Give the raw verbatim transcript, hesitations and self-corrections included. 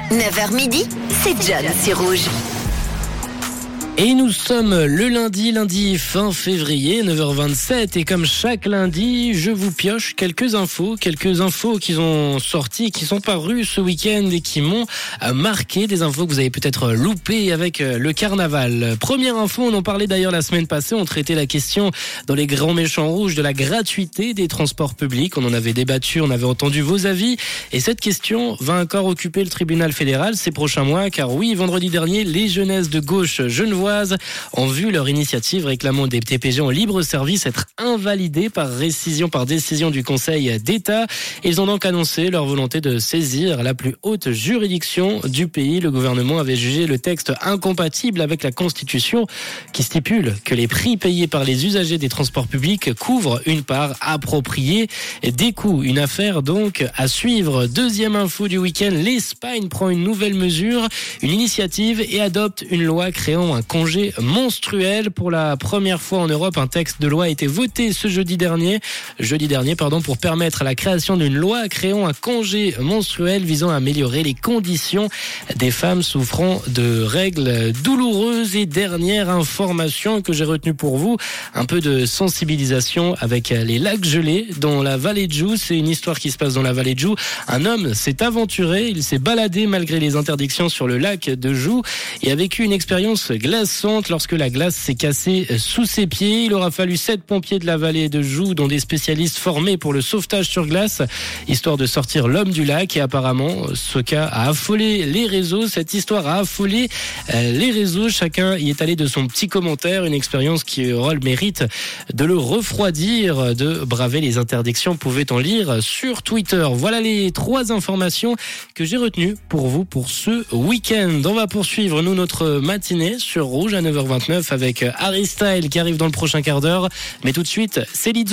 neuf heures midi, c'est John sur Rouge. Et nous sommes le lundi, lundi fin février, neuf heures vingt-sept. Et comme chaque lundi, je vous pioche quelques infos, quelques infos qui ont sorti, qui sont parues ce week-end et qui m'ont marqué. Des infos que vous avez peut-être loupées avec le carnaval. Première info, on en parlait d'ailleurs la semaine passée. On traitait la question dans les grands méchants rouges de la gratuité des transports publics. On en avait débattu, on avait entendu vos avis. Et cette question va encore occuper le tribunal fédéral ces prochains mois. Car oui, vendredi dernier, les jeunesses de gauche genevoises ont vu leur initiative réclamant des T P G en libre service être invalidée par récision, par décision du Conseil d'État. Ils ont donc annoncé leur volonté de saisir la plus haute juridiction du pays. Le gouvernement avait jugé le texte incompatible avec la Constitution qui stipule que les prix payés par les usagers des transports publics couvrent une part appropriée des coûts. Une affaire donc à suivre. Deuxième info du week-end, l'Espagne prend une nouvelle mesure, une initiative et adopte une loi créant un congé menstruel. Pour la première fois en Europe, un texte de loi a été voté ce jeudi dernier, jeudi dernier pardon, pour permettre la création d'une loi créant un congé menstruel visant à améliorer les conditions des femmes souffrant de règles douloureuses. Et dernière information que j'ai retenue pour vous, un peu de sensibilisation avec les lacs gelés dans la vallée de Joux. C'est une histoire qui se passe dans la vallée de Joux. Un homme s'est aventuré, il s'est baladé malgré les interdictions sur le lac de Joux et a vécu une expérience glaçante lorsque la glace s'est cassée sous ses pieds. Il aura fallu sept pompiers de la vallée de Joux, dont des spécialistes formés pour le sauvetage sur glace, histoire de sortir l'homme du lac. Et apparemment, ce cas a affolé les réseaux. Cette histoire a affolé les réseaux. Chacun y est allé de son petit commentaire. Une expérience qui aura le mérite de le refroidir, de braver les interdictions. Pouvait-on lire sur Twitter. Voilà les trois informations que j'ai retenues pour vous pour ce week-end. On va poursuivre, nous, notre matinée sur Rouge à neuf heures vingt-neuf avec Harry Styles qui arrive dans le prochain quart d'heure. Mais tout de suite, c'est Lizzo.